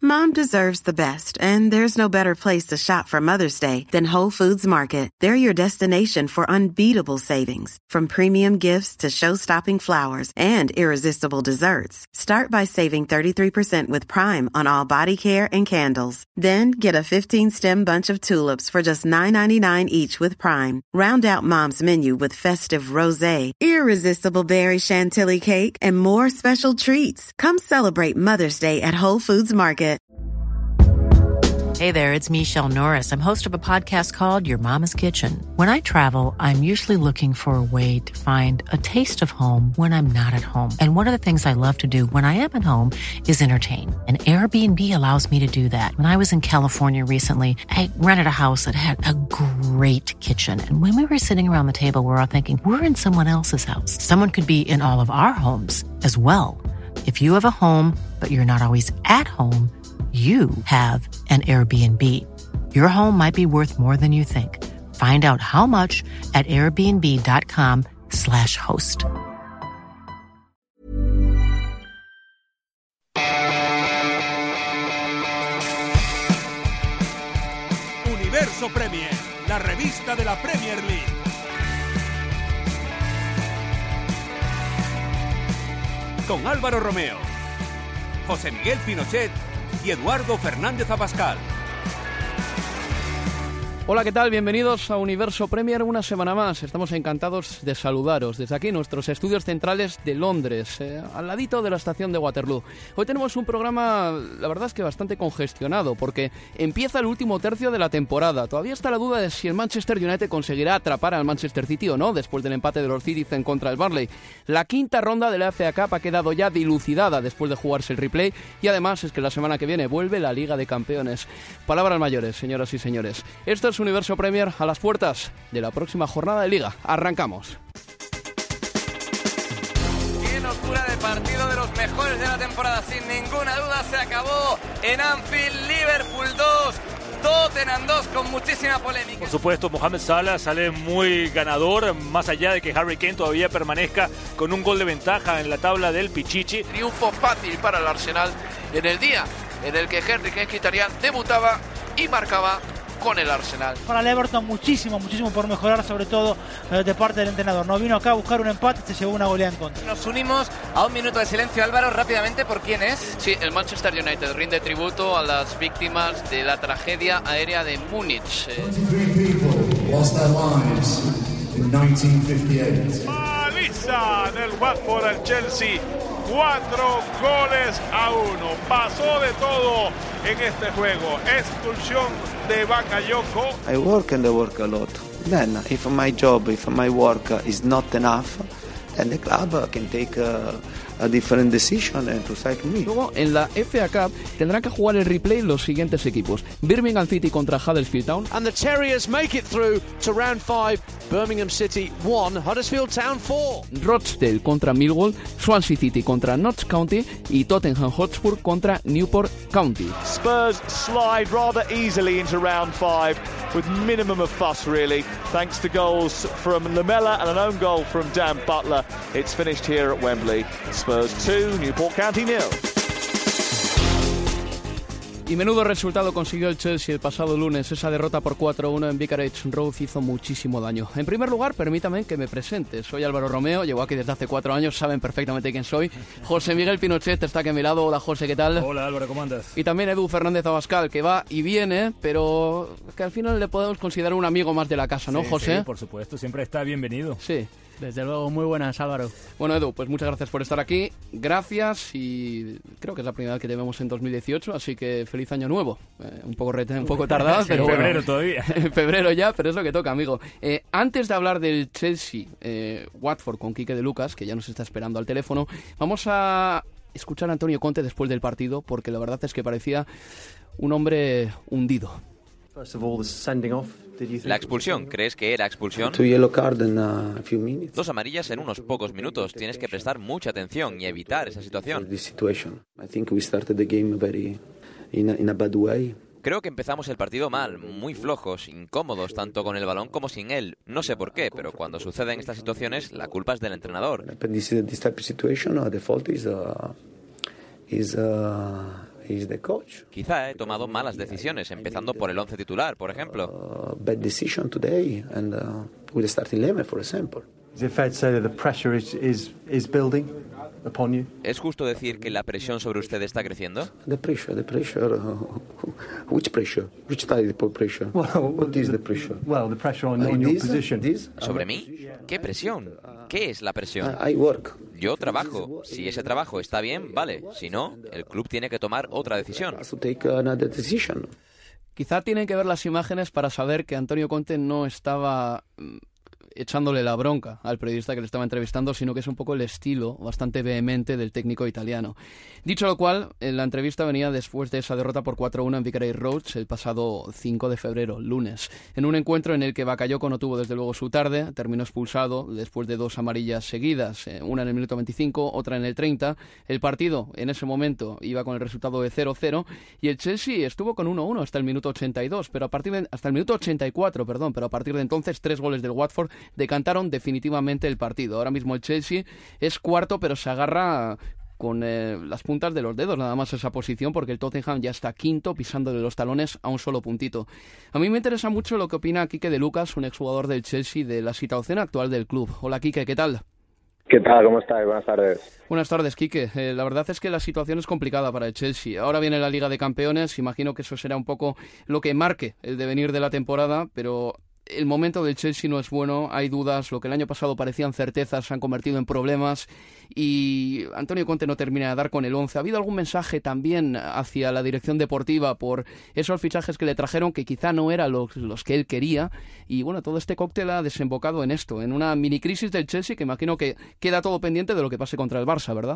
Mom deserves the best, and there's no better place to shop for Mother's Day than Whole Foods Market. They're your destination for unbeatable savings, from premium gifts to show-stopping flowers and irresistible desserts. Start by saving 33% with Prime on all body care and candles. Then get a 15-stem bunch of tulips for just $9.99 each with Prime. Round out Mom's menu with festive rosé, irresistible berry chantilly cake, and more special treats. Come celebrate Mother's Day at Whole Foods Market. Hey there, it's Michelle Norris. I'm host of a podcast called Your Mama's Kitchen. When I travel, I'm usually looking for a way to find a taste of home when I'm not at home. And one of the things I love to do when I am at home is entertain. And Airbnb allows me to do that. When I was in California recently, I rented a house that had a great kitchen. And when we were sitting around the table, we were all thinking, we're in someone else's house. Someone could be in all of our homes as well. If you have a home, but you're not always at home, you have an Airbnb. Your home might be worth more than you think. Find out how much at airbnb.com/host. Universo Premier, la revista de la Premier League. Con Álvaro Romeo, José Miguel Pinochet y Eduardo Fernández Abascal. Hola, ¿qué tal? Bienvenidos a Universo Premier una semana más. Estamos encantados de saludaros desde aquí, nuestros estudios centrales de Londres, al ladito de la estación de Waterloo. Hoy tenemos un programa, la verdad es que bastante congestionado, porque empieza el último tercio de la temporada. Todavía está la duda de si el Manchester United conseguirá atrapar al Manchester City o no, después del empate de los Citizen contra el Burnley. La quinta ronda de la FA Cup ha quedado ya dilucidada después de jugarse el replay, y además es que la semana que viene vuelve la Liga de Campeones. Palabras mayores, señoras y señores. Esto es Universo Premier a las puertas de la próxima jornada de Liga. Arrancamos. ¡Qué locura de partido, de los mejores de la temporada! Sin ninguna duda se acabó en Anfield. Liverpool 2, Tottenham 2, con muchísima polémica. Por supuesto, Mohamed Salah sale muy ganador, más allá de que Harry Kane todavía permanezca con un gol de ventaja en la tabla del Pichichi. Triunfo fácil para el Arsenal en el día en el que Henry Mkhitaryan debutaba y marcaba con el Arsenal. Para el Everton muchísimo por mejorar, sobre todo de parte del entrenador. No vino acá a buscar un empate, se llevó una goleada en contra. Nos unimos a un minuto de silencio, Álvaro, rápidamente, ¿por quién es? Sí, el Manchester United rinde tributo a las víctimas de la tragedia aérea de Múnich. 23 people lost their lives in 1958. Paliza del Watford al Chelsea. 4-1. Pasó de todo en este juego. Expulsión de Bakayoko. I work and I work a lot. Then, if my job, if my work is not enough, then the club can take a different decision and to sack me. Luego, en la FA Cup tendrán que jugar el replay los siguientes equipos: Birmingham City contra Huddersfield Town. And the Terriers make it through to round 5. Birmingham City 1, Huddersfield Town 4. Rochdale contra Millwall, Swansea City contra Notts County y Tottenham Hotspur contra Newport County. Spurs slide rather easily into round 5 with minimum of fuss, really, thanks to goals from Lamela and an own goal from Dan Butler. It's finished here at Wembley. Spurs 2, Newport County 0. Y menudo resultado consiguió el Chelsea el pasado lunes. Esa derrota por 4-1 en Vicarage Road hizo muchísimo daño. En primer lugar, permítame que me presente. Soy Álvaro Romeo, llevo aquí desde hace 4 años, saben perfectamente quién soy. José Miguel Pinochet está aquí a mi lado. Hola, José, ¿qué tal? Hola, Álvaro, ¿cómo andas? Y también Edu Fernández Abascal, que va y viene, pero que al final le podemos considerar un amigo más de la casa, ¿no, sí, José? Sí, por supuesto, siempre está bienvenido. Sí. Desde luego, muy buenas, Álvaro. Bueno, Edu, pues muchas gracias por estar aquí. Gracias, y creo que es la primera vez que te vemos en 2018, así que feliz año nuevo. Un poco tardado, pero en febrero bueno, todavía. En febrero ya, pero es lo que toca, amigo. Antes de hablar del Chelsea Watford con Quique de Lucas, que ya nos está esperando al teléfono, vamos a escuchar a Antonio Conte después del partido, porque la verdad es que parecía un hombre hundido. La expulsión, ¿crees que era expulsión? 2 amarillas en unos pocos minutos. Tienes que prestar mucha atención y evitar esa situación. Creo que empezamos el partido mal, muy flojos, incómodos, tanto con el balón como sin él. No sé por qué, pero cuando suceden estas situaciones, la culpa es del entrenador. He's the coach. Quizá he tomado malas decisiones, empezando por el 11 titular, por ejemplo. Bad decision today, and with the starting 11, for example. Is it fair to say that the pressure is building upon you? ¿Es justo decir que la presión sobre usted está creciendo? The pressure. Which pressure? Which type of pressure? What is the pressure? Well, the pressure on your position. ¿Sobre mí? ¿Qué presión? ¿Qué es la presión? I work. Yo trabajo. Si ese trabajo está bien, vale. Si no, el club tiene que tomar otra decisión. Quizá tienen que ver las imágenes para saber que Antonio Conte no estaba echándole la bronca al periodista que le estaba entrevistando, sino que es un poco el estilo bastante vehemente del técnico italiano. Dicho lo cual, la entrevista venía después de esa derrota por 4-1 en Vicarage Road el pasado 5 de febrero, lunes, en un encuentro en el que Bakayoko no tuvo desde luego su tarde, terminó expulsado después de 2 amarillas seguidas, una en el minuto 25, otra en el 30. El partido en ese momento iba con el resultado de 0-0 y el Chelsea estuvo con 1-1 hasta el minuto 82, hasta el minuto 84, pero a partir de entonces 3 goles del Watford decantaron definitivamente el partido. Ahora mismo el Chelsea es cuarto, pero se agarra con las puntas de los dedos nada más esa posición, porque el Tottenham ya está quinto, pisándole los talones a un solo puntito. A mí me interesa mucho lo que opina Quique de Lucas, un exjugador del Chelsea, de la situación actual del club. Hola Quique, ¿qué tal? ¿Qué tal? ¿Cómo estás? Buenas tardes. Buenas tardes, Quique. La verdad es que la situación es complicada para el Chelsea. Ahora viene la Liga de Campeones, imagino que eso será un poco lo que marque el devenir de la temporada, pero el momento del Chelsea no es bueno, hay dudas, lo que el año pasado parecían certezas se han convertido en problemas y Antonio Conte no termina de dar con el 11. ¿Ha habido algún mensaje también hacia la dirección deportiva por esos fichajes que le trajeron que quizá no eran los que él quería? Y bueno, todo este cóctel ha desembocado en esto, en una mini crisis del Chelsea que imagino que queda todo pendiente de lo que pase contra el Barça, ¿verdad?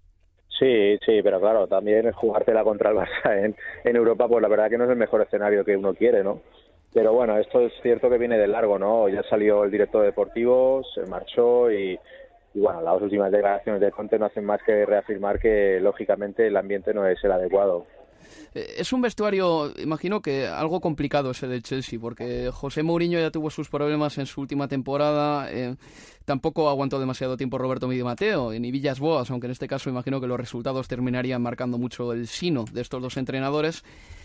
Sí, pero claro, también jugártela contra el Barça en Europa, pues la verdad que no es el mejor escenario que uno quiere, ¿no? Pero bueno, esto es cierto que viene de largo, ¿no? Ya salió el director deportivo, se marchó y bueno, las últimas declaraciones de Conte no hacen más que reafirmar que lógicamente el ambiente no es el adecuado. Es un vestuario, imagino que algo complicado ese del Chelsea, porque José Mourinho ya tuvo sus problemas en su última temporada, tampoco aguantó demasiado tiempo Roberto Di Matteo, ni Villas-Boas, aunque en este caso imagino que los resultados terminarían marcando mucho el sino de estos dos entrenadores.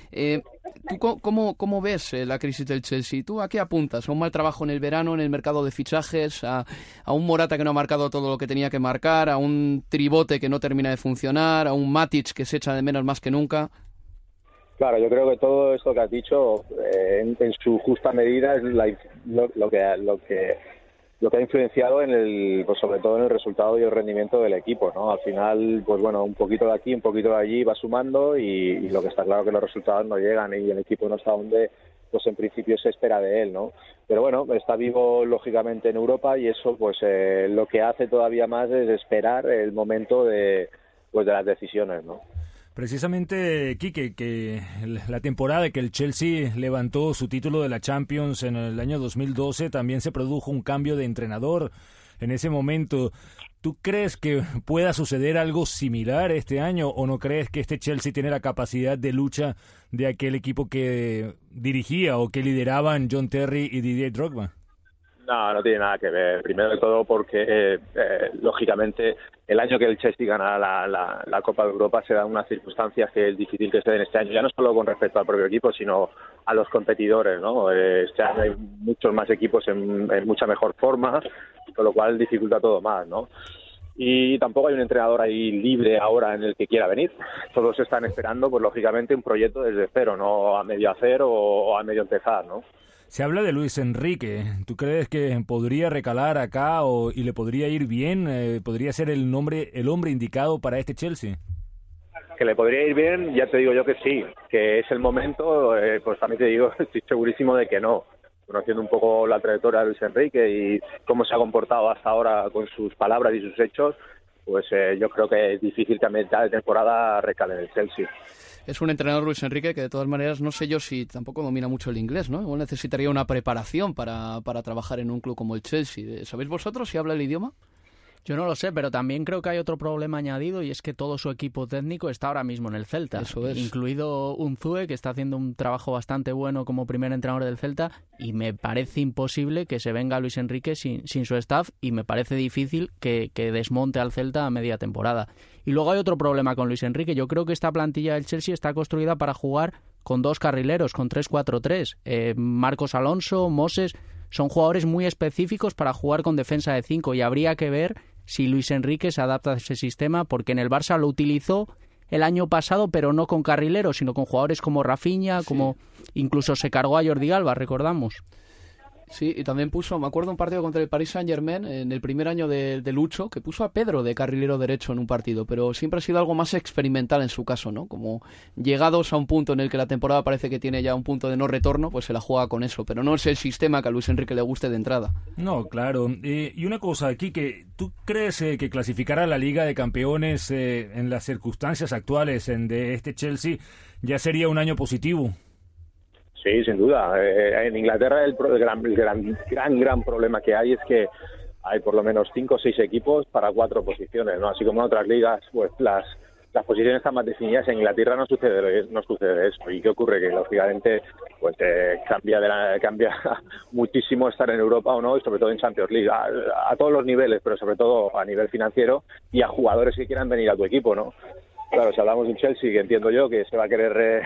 ¿Tú cómo ves la crisis del Chelsea? ¿Tú a qué apuntas? ¿A un mal trabajo en el verano, en el mercado de fichajes? ¿A un Morata que no ha marcado todo lo que tenía que marcar? ¿A un Tribote que no termina de funcionar? ¿A un Matic que se echa de menos más que nunca? Claro, yo creo que todo esto que has dicho en su justa medida es lo que ha influenciado pues sobre todo en el resultado y el rendimiento del equipo, ¿no? Al final, pues bueno, un poquito de aquí, un poquito de allí va sumando y lo que está claro es que los resultados no llegan y el equipo no está donde pues en principio se espera de él, ¿no? Pero bueno, está vivo lógicamente en Europa y eso pues lo que hace todavía más es esperar el momento de las decisiones, ¿no? Precisamente, Quique, que la temporada que el Chelsea levantó su título de la Champions en el año 2012, también se produjo un cambio de entrenador en ese momento. ¿Tú crees que pueda suceder algo similar este año o no crees que este Chelsea tiene la capacidad de lucha de aquel equipo que dirigía o que lideraban John Terry y Didier Drogba? No tiene nada que ver. Primero de todo porque, lógicamente, el año que el Chelsea gana la Copa de Europa se dan unas circunstancias que es difícil que se den este año, ya no solo con respecto al propio equipo, sino a los competidores, ¿no? Este año hay muchos más equipos en mucha mejor forma, con lo cual dificulta todo más, ¿no? Y tampoco hay un entrenador ahí libre ahora en el que quiera venir. Todos están esperando, pues lógicamente, un proyecto desde cero, no a medio hacer o a medio empezar, ¿no? Se habla de Luis Enrique. ¿Tú crees que podría recalar acá y le podría ir bien? ¿Podría ser el hombre indicado para este Chelsea? Que le podría ir bien, ya te digo yo que sí. Que es el momento, pues también te digo, estoy segurísimo de que no. Conociendo un poco la trayectoria de Luis Enrique y cómo se ha comportado hasta ahora con sus palabras y sus hechos, pues yo creo que es difícil que a mitad de temporada recale en el Chelsea. Es un entrenador, Luis Enrique, que de todas maneras no sé yo si tampoco domina mucho el inglés, ¿no? Igual necesitaría una preparación para trabajar en un club como el Chelsea. ¿Sabéis vosotros si habla el idioma? Yo no lo sé, pero también creo que hay otro problema añadido y es que todo su equipo técnico está ahora mismo en el Celta. Eso es. Incluido Unzue, que está haciendo un trabajo bastante bueno como primer entrenador del Celta, y me parece imposible que se venga Luis Enrique sin su staff, y me parece difícil que desmonte al Celta a media temporada. Y luego hay otro problema con Luis Enrique. Yo creo que esta plantilla del Chelsea está construida para jugar con 2 carrileros, con 3-4-3. Marcos Alonso, Moses, son jugadores muy específicos para jugar con defensa de 5, y habría que ver si Luis Enrique se adapta a ese sistema, porque en el Barça lo utilizó el año pasado, pero no con carrileros, sino con jugadores como Rafinha, sí. Como incluso se cargó a Jordi Alba, recordamos. Sí, y también puso, me acuerdo, un partido contra el Paris Saint-Germain en el primer año de Lucho, que puso a Pedro de carrilero derecho en un partido, pero siempre ha sido algo más experimental en su caso, ¿no? Como llegados a un punto en el que la temporada parece que tiene ya un punto de no retorno, pues se la juega con eso, pero no es el sistema que a Luis Enrique le guste de entrada. No, claro. Y una cosa, aquí, que ¿tú crees que clasificar a la Liga de Campeones en las circunstancias actuales de este Chelsea ya sería un año positivo? Sí, sin duda. En Inglaterra el gran problema que hay es que hay por lo menos 5 o 6 equipos para 4 posiciones, ¿no? Así como en otras ligas, pues las posiciones están más definidas. En Inglaterra no sucede eso. ¿Y qué ocurre? Que lógicamente pues cambia muchísimo estar en Europa o no, y sobre todo en Champions League, a todos los niveles, pero sobre todo a nivel financiero, y a jugadores que quieran venir a tu equipo, ¿no? Claro, si hablamos de un Chelsea, que entiendo yo que se va a querer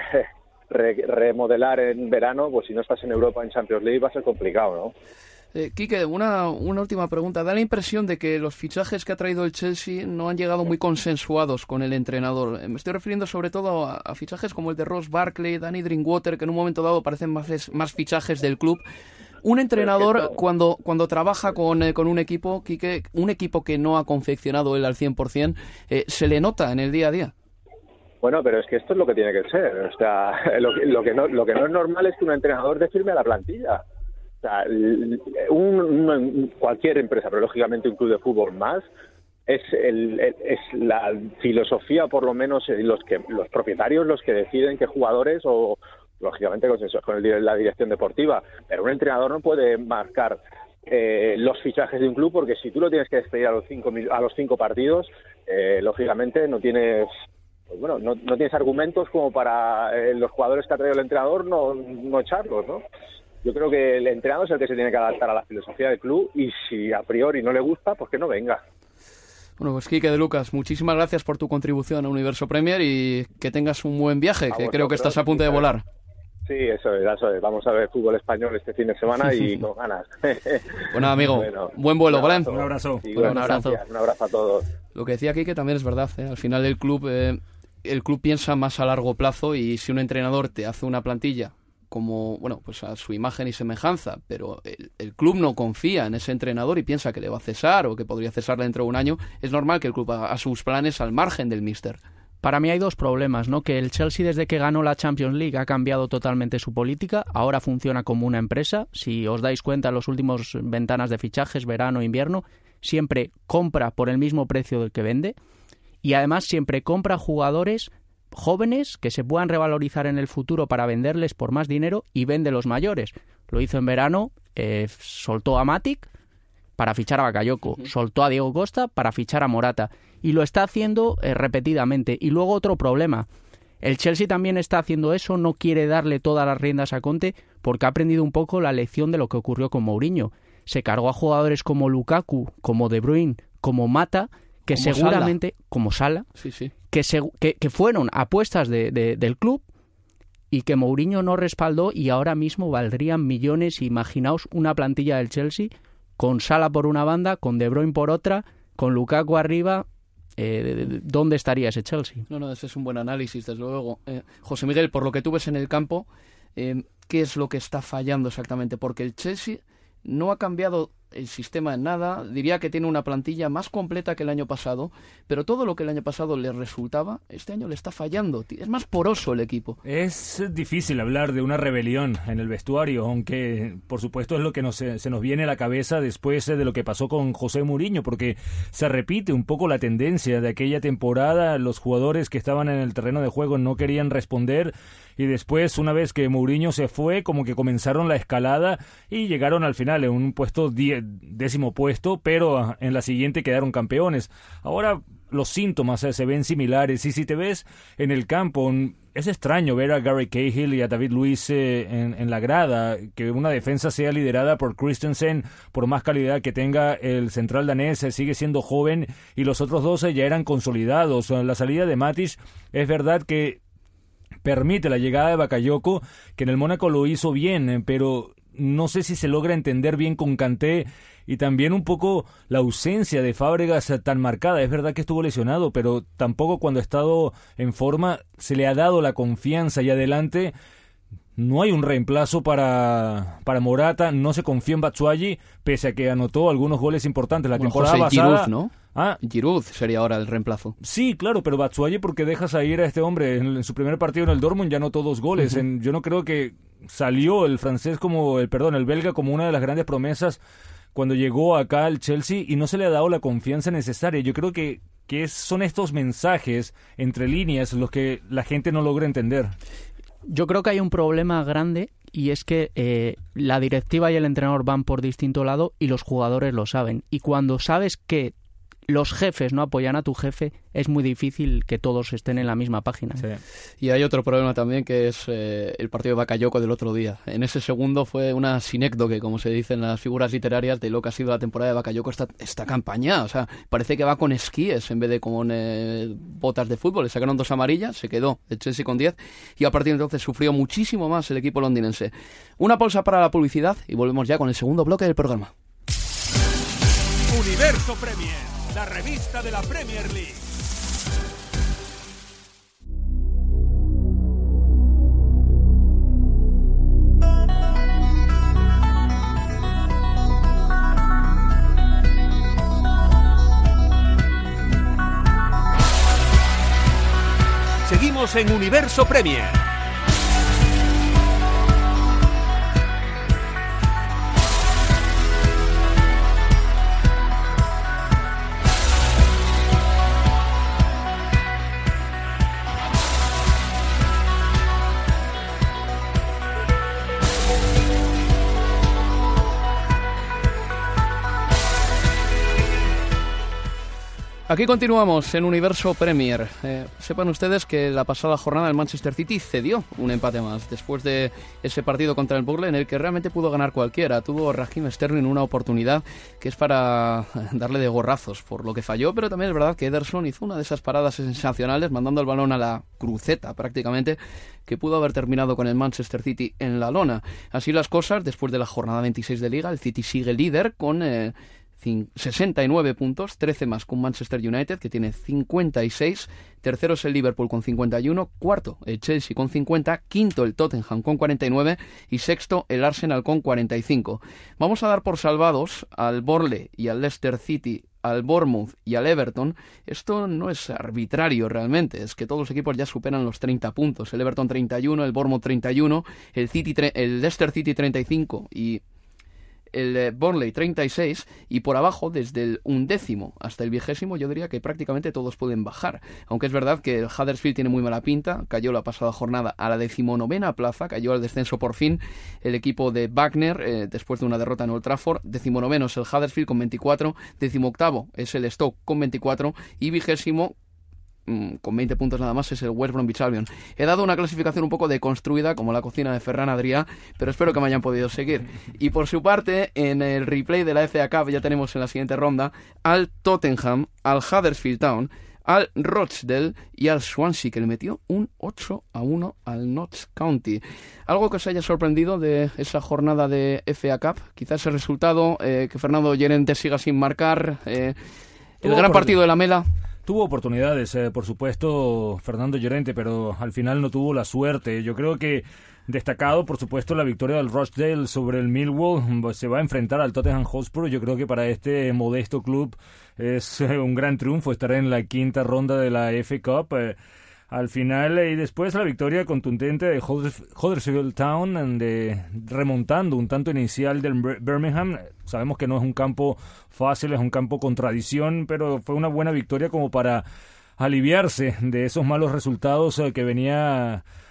remodelar en verano, pues si no estás en Europa, en Champions League, va a ser complicado, ¿no? Quique, una última pregunta. Da la impresión de que los fichajes que ha traído el Chelsea no han llegado muy consensuados con el entrenador. Me estoy refiriendo sobre todo a fichajes como el de Ross Barkley, Danny Drinkwater, que en un momento dado parecen más fichajes del club. Un entrenador, cuando trabaja con un equipo, Quique, un equipo que no ha confeccionado él al 100%, se le nota en el día a día. Bueno, pero es que esto es lo que tiene que ser. O sea, lo que no es normal es que un entrenador dé firme a la plantilla. O sea, cualquier empresa, pero lógicamente un club de fútbol más, es la filosofía, por lo menos los propietarios los que deciden qué jugadores, o lógicamente con la dirección deportiva. Pero un entrenador no puede marcar los fichajes de un club, porque si tú lo tienes que despedir a los 5 partidos, lógicamente no tienes... Pues bueno, no tienes argumentos como para los jugadores que ha traído el entrenador no echarlos, ¿no? Yo creo que el entrenador es el que se tiene que adaptar a la filosofía del club, y si a priori no le gusta, pues que no venga. Bueno, pues Quique de Lucas, muchísimas gracias por tu contribución a Universo Premier, y que tengas un buen viaje, que creo que estás a punto de volar. Sí, eso es. Vamos a ver fútbol español este fin de semana y con ganas. Bueno, amigo, buen vuelo, ¿vale? Un abrazo. Sí, un abrazo a todos. Lo que decía Quique también es verdad, ¿eh? Al final el club piensa más a largo plazo, y si un entrenador te hace una plantilla como, bueno, pues a su imagen y semejanza, pero el club no confía en ese entrenador y piensa que le va a cesar o que podría cesarle dentro de un año, es normal que el club haga sus planes al margen del míster. Para mí hay 2 problemas, ¿no? Que el Chelsea, desde que ganó la Champions League, ha cambiado totalmente su política. Ahora funciona como una empresa. Si os dais cuenta, en los últimos ventanas de fichajes, verano, invierno, siempre compra por el mismo precio del que vende. Y además siempre compra jugadores jóvenes que se puedan revalorizar en el futuro para venderles por más dinero, y vende los mayores. Lo hizo en verano, soltó a Matic para fichar a Bakayoko, soltó a Diego Costa para fichar a Morata, y lo está haciendo repetidamente. Y luego otro problema, el Chelsea también está haciendo eso, no quiere darle todas las riendas a Conte, porque ha aprendido un poco la lección de lo que ocurrió con Mourinho. Se cargó a jugadores como Lukaku, como De Bruyne, como Mata, que como seguramente, Sala. Como Sala, sí. Que fueron apuestas del club, y que Mourinho no respaldó, y ahora mismo valdrían millones. Imaginaos una plantilla del Chelsea con Sala por una banda, con De Bruyne por otra, con Lukaku arriba. ¿Dónde estaría ese Chelsea? No, ese es un buen análisis, desde luego. José Miguel, por lo que tú ves en el campo, ¿qué es lo que está fallando exactamente? Porque el Chelsea no ha cambiado el sistema en nada, diría que tiene una plantilla más completa que el año pasado, pero todo lo que el año pasado le resultaba, este año le está fallando, es más poroso el equipo. Es difícil hablar de una rebelión en el vestuario, aunque por supuesto es lo que se nos viene a la cabeza después de lo que pasó con José Mourinho, porque se repite un poco la tendencia de aquella temporada. Los jugadores que estaban en el terreno de juego no querían responder, y después, una vez que Mourinho se fue, como que comenzaron la escalada y llegaron al final en un puesto 10º puesto, pero en la siguiente quedaron campeones. Ahora los síntomas se ven similares, y si te ves en el campo, es extraño ver a Gary Cahill y a David Luiz en la grada, que una defensa sea liderada por Christensen, por más calidad que tenga el central danés, sigue siendo joven, y los otros dos ya eran consolidados. La salida de Matic es verdad que permite la llegada de Bakayoko, que en el Mónaco lo hizo bien, pero no sé si se logra entender bien con Kanté, y también un poco la ausencia de Fábregas tan marcada. Es verdad que estuvo lesionado, pero tampoco cuando ha estado en forma se le ha dado la confianza, y adelante no hay un reemplazo para Morata. No se confía en Batshuayi, pese a que anotó algunos goles importantes la temporada pasada. Giroud, ¿no? Giroud sería ahora el reemplazo. Sí, claro, pero Batshuayi, porque dejas a ir a este hombre en su primer partido en el Dortmund, ya anotó 2 goles. Yo no creo que salió el francés el belga como una de las grandes promesas cuando llegó acá al Chelsea, y no se le ha dado la confianza necesaria. Yo creo que son estos mensajes entre líneas los que la gente no logra entender. Yo creo que hay un problema grande, y es que la directiva y el entrenador van por distinto lado y los jugadores lo saben. Y cuando sabes que los jefes no apoyan a tu jefe, es muy difícil que todos estén en la misma página. Sí. Y hay otro problema también, que es el partido de Bakayoko del otro día. En ese segundo fue una sinécdoque, como se dice en las figuras literarias, de lo que ha sido la temporada de Bakayoko esta campaña. O sea, parece que va con esquíes en vez de con botas de fútbol. Le sacaron 2 amarillas, se quedó el Chelsea con 10, y a partir de entonces sufrió muchísimo más el equipo londinense. Una pausa para la publicidad y volvemos ya con el segundo bloque del programa. Universo Premier, la revista de la Premier League. Seguimos en Universo Premier. Aquí continuamos en Universo Premier. Sepan ustedes que la pasada jornada el Manchester City cedió un empate más después de ese partido contra el Burnley, en el que realmente pudo ganar cualquiera. Tuvo Raheem Sterling una oportunidad que es para darle de gorrazos por lo que falló, pero también es verdad que Ederson hizo una de esas paradas sensacionales, mandando el balón a la cruceta prácticamente, que pudo haber terminado con el Manchester City en la lona. Así las cosas, después de la jornada 26 de Liga, el City sigue líder con 69 puntos, 13 más que un Manchester United, que tiene 56. Tercero es el Liverpool con 51, cuarto el Chelsea con 50, quinto el Tottenham con 49 y sexto el Arsenal con 45. Vamos a dar por salvados al Burnley y al Leicester City, al Bournemouth y al Everton. Esto no es arbitrario realmente, es que todos los equipos ya superan los 30 puntos. El Everton 31, el Bournemouth 31, el Leicester City 35 y el Burnley 36, y por abajo, desde el 11º hasta el 20º, yo diría que prácticamente todos pueden bajar, aunque es verdad que el Huddersfield tiene muy mala pinta, cayó la pasada jornada a la 19ª plaza, cayó al descenso por fin el equipo de Wagner, después de una derrota en Old Trafford. 19º es el Huddersfield con 24, 18º es el Stoke con 24 y 20º con 20 puntos nada más es el West Bromwich Albion. He dado una clasificación un poco deconstruida, como la cocina de Ferran Adrià, pero espero que me hayan podido seguir. Y por su parte, en el replay de la FA Cup ya tenemos en la siguiente ronda al Tottenham, al Huddersfield Town, al Rochdale y al Swansea, que le metió un 8-1 al Notts County. ¿Algo que os haya sorprendido de esa jornada de FA Cup? Quizás el resultado, que Fernando Llorente siga sin marcar, el gran partido de la Mela. Tuvo oportunidades, por supuesto, Fernando Llorente, pero al final no tuvo la suerte. Yo creo que destacado, por supuesto, la victoria del Rochdale sobre el Millwall. Se va a enfrentar al Tottenham Hotspur. Yo creo que para este modesto club es un gran triunfo estar en la quinta ronda de la FA Cup. Al final, y después la victoria contundente de Huddersfield Town, remontando un tanto inicial del Birmingham. Sabemos que no es un campo fácil, es un campo con tradición, pero fue una buena victoria como para aliviarse de esos malos resultados que venía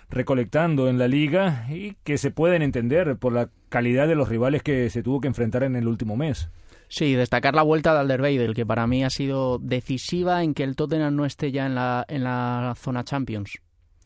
recolectando en la liga y que se pueden entender por la calidad de los rivales que se tuvo que enfrentar en el último mes. Sí, destacar la vuelta de Alderweireld, que para mí ha sido decisiva en que el Tottenham no esté ya en la zona Champions.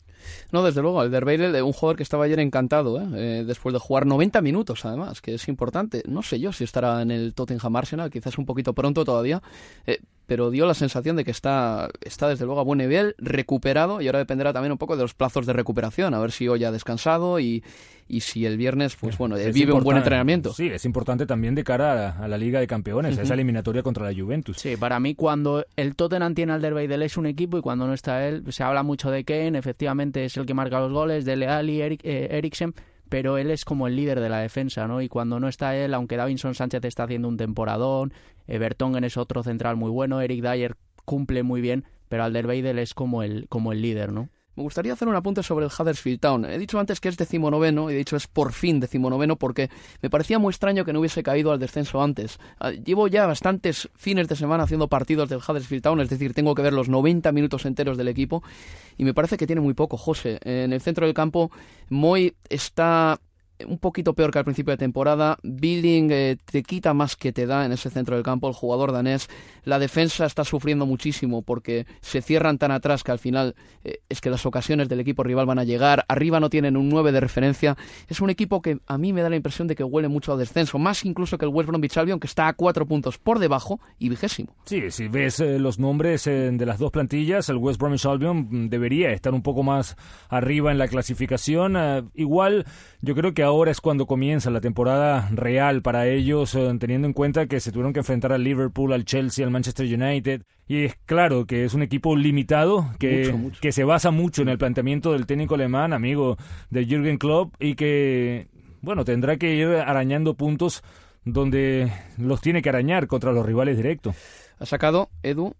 No, desde luego, Alderweireld, un jugador que estaba ayer encantado, después de jugar 90 minutos, además, que es importante. No sé yo si estará en el Tottenham Arsenal, quizás un poquito pronto todavía, pero dio la sensación de que está desde luego a buen nivel, recuperado, y ahora dependerá también un poco de los plazos de recuperación, a ver si hoy ha descansado y si el viernes, pues bueno, vive un buen entrenamiento. Sí, es importante también de cara a la Liga de Campeones, a esa eliminatoria contra la Juventus. Sí, para mí cuando el Tottenham tiene Alderweireld es un equipo y cuando no está él, se habla mucho de Kane, efectivamente es el que marca los goles, de Alli, Eriksen, pero él es como el líder de la defensa, ¿no? Y cuando no está él, aunque Davinson Sánchez está haciendo un temporadón, Vertonghen es otro central muy bueno, Eric Dyer cumple muy bien, pero Alderweireld es como el líder, ¿no? Me gustaría hacer un apunte sobre el Huddersfield Town. He dicho antes que es 19º y de hecho es por fin 19º porque me parecía muy extraño que no hubiese caído al descenso antes. Llevo ya bastantes fines de semana haciendo partidos del Huddersfield Town, es decir, tengo que ver los 90 minutos enteros del equipo y me parece que tiene muy poco, José. En el centro del campo, Moy está un poquito peor que al principio de temporada. Billing te quita más que te da en ese centro del campo, el jugador danés. La defensa está sufriendo muchísimo porque se cierran tan atrás que al final es que las ocasiones del equipo rival van a llegar. Arriba no tienen un 9 de referencia. Es un equipo que a mí me da la impresión de que huele mucho a descenso, más incluso que el West Bromwich Albion, que está a 4 puntos por debajo y 20º. Sí, si ves los nombres de las dos plantillas, el West Bromwich Albion debería estar un poco más arriba en la clasificación. Igual, yo creo que ahora es cuando comienza la temporada real para ellos, teniendo en cuenta que se tuvieron que enfrentar al Liverpool, al Chelsea, al Manchester United. Y es claro que es un equipo limitado, que se basa mucho en el planteamiento del técnico alemán, amigo de Jürgen Klopp, y que, bueno, tendrá que ir arañando puntos donde los tiene que arañar contra los rivales directos. Ha sacado, Edu,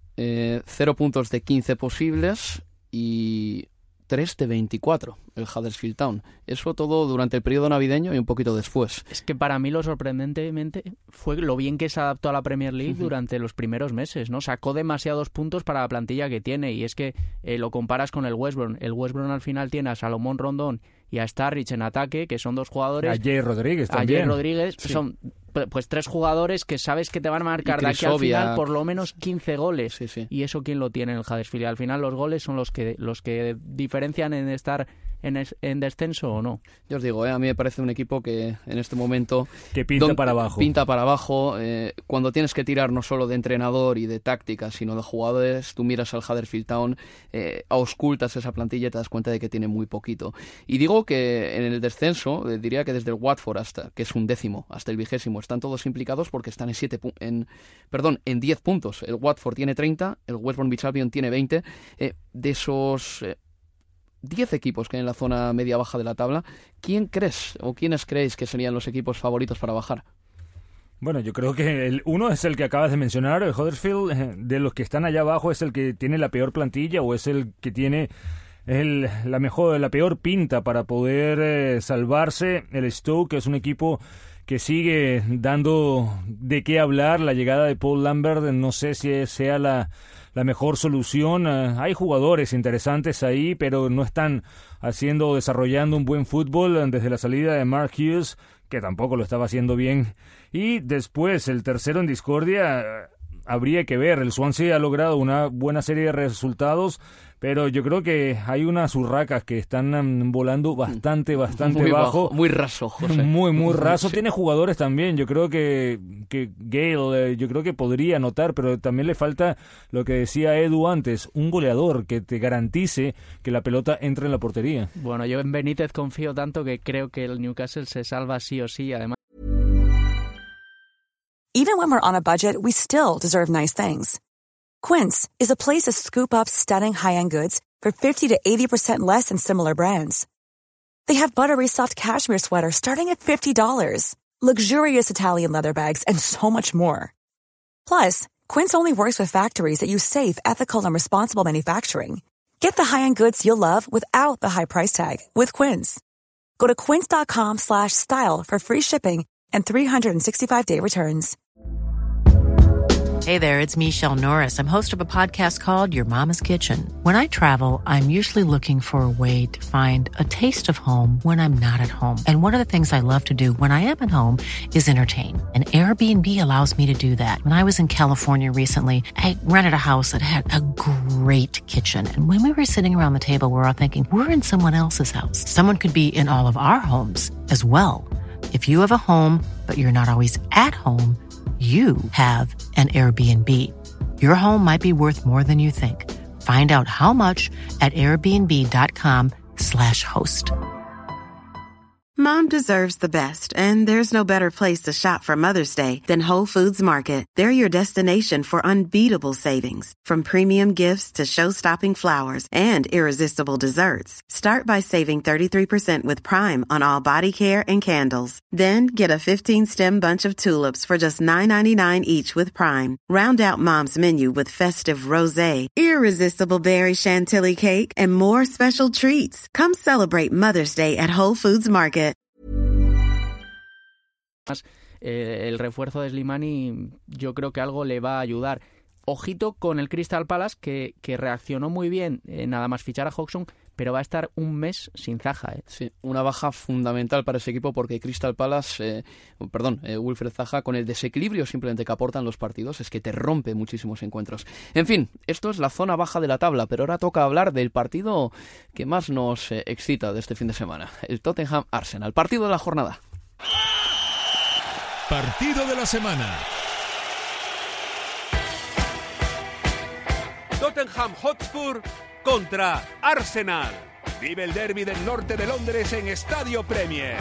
0 puntos de 15 posibles y 3 de 24, el Huddersfield Town. Eso todo durante el periodo navideño y un poquito después. Es que para mí lo sorprendentemente fue lo bien que se adaptó a la Premier League durante los primeros meses, ¿no? Sacó demasiados puntos para la plantilla que tiene y es que lo comparas con el West Brom. El West Brom al final tiene a Salomón Rondón y a Starrich en ataque, que son dos jugadores... A Jay Rodríguez también. A Jay Rodríguez, sí. Son pues 3 jugadores que sabes que te van a marcar de aquí al final por lo menos 15 goles. Sí, sí. Y eso, ¿quién lo tiene en el Huddersfield? Al final los goles son los que diferencian en estar en descenso o no. Yo os digo, a mí me parece un equipo que en este momento... Que pinta para abajo. Pinta para abajo. Cuando tienes que tirar no solo de entrenador y de táctica, sino de jugadores, tú miras al Huddersfield Town, auscultas esa plantilla y te das cuenta de que tiene muy poquito. Y digo que en el descenso, diría que desde el Watford que es un 10º, hasta el 20º, están todos implicados porque están en 10 puntos. El Watford tiene 30, el West Bromwich Albion tiene 20. De esos 10 equipos que hay en la zona media-baja de la tabla, ¿quién crees o quiénes creéis que serían los equipos favoritos para bajar? Bueno, yo creo que uno es el que acabas de mencionar, el Huddersfield. De los que están allá abajo, es el que tiene la peor plantilla o es el que tiene la peor pinta para poder salvarse. El Stoke es un equipo que sigue dando de qué hablar. La llegada de Paul Lambert no sé si sea la mejor solución. Hay jugadores interesantes ahí, pero no están desarrollando un buen fútbol desde la salida de Mark Hughes, que tampoco lo estaba haciendo bien. Y después, el tercero en discordia, habría que ver. El Swansea ha logrado una buena serie de resultados, pero yo creo que hay unas urracas que están volando bastante muy bajo. Muy raso, José. Muy raso. Sí. Tiene jugadores también. Yo creo que Gale, yo creo que podría anotar, pero también le falta lo que decía Edu antes, un goleador que te garantice que la pelota entre en la portería. Bueno, yo en Benítez confío tanto que creo que el Newcastle se salva sí o sí, además. Even when we're on a budget, we still deserve nice things. Quince is a place to scoop up stunning high-end goods for 50 to 80% less than similar brands. They have buttery soft cashmere sweaters starting at $50, luxurious Italian leather bags, and so much more. Plus, Quince only works with factories that use safe, ethical, and responsible manufacturing. Get the high-end goods you'll love without the high price tag with Quince. Go to quince.com/style for free shipping and 365-day returns. Hey there, it's Michelle Norris. I'm host of a podcast called Your Mama's Kitchen. When I travel, I'm usually looking for a way to find a taste of home when I'm not at home. And one of the things I love to do when I am at home is entertain. And Airbnb allows me to do that. When I was in California recently, I rented a house that had a great kitchen. And when we were sitting around the table, we were all thinking, we're in someone else's house. Someone could be in all of our homes as well. If you have a home, but you're not always at home, you have an Airbnb. Your home might be worth more than you think. Find out how much at airbnb.com/host. Mom deserves the best, and there's no better place to shop for Mother's Day than Whole Foods Market. They're your destination for unbeatable savings, from premium gifts to show-stopping flowers and irresistible desserts. Start by saving 33% with Prime on all body care and candles. Then get a 15-stem bunch of tulips for just $9.99 each with Prime. Round out Mom's menu with festive rosé, irresistible berry chantilly cake, and more special treats. Come celebrate Mother's Day at Whole Foods Market. El refuerzo de Slimani yo creo que algo le va a ayudar. Ojito con el Crystal Palace que reaccionó muy bien nada más fichar a Hodgson, pero va a estar un mes sin Zaha. Sí, una baja fundamental para ese equipo porque Crystal Palace, Wilfred Zaha, con el desequilibrio simplemente que aportan los partidos, es que te rompe muchísimos encuentros. En fin, esto es la zona baja de la tabla, pero ahora toca hablar del partido que más nos excita de este fin de semana, el Tottenham-Arsenal, partido de la jornada. Partido de la semana. Tottenham Hotspur contra Arsenal. Vive el derbi del norte de Londres en Estadio Premier.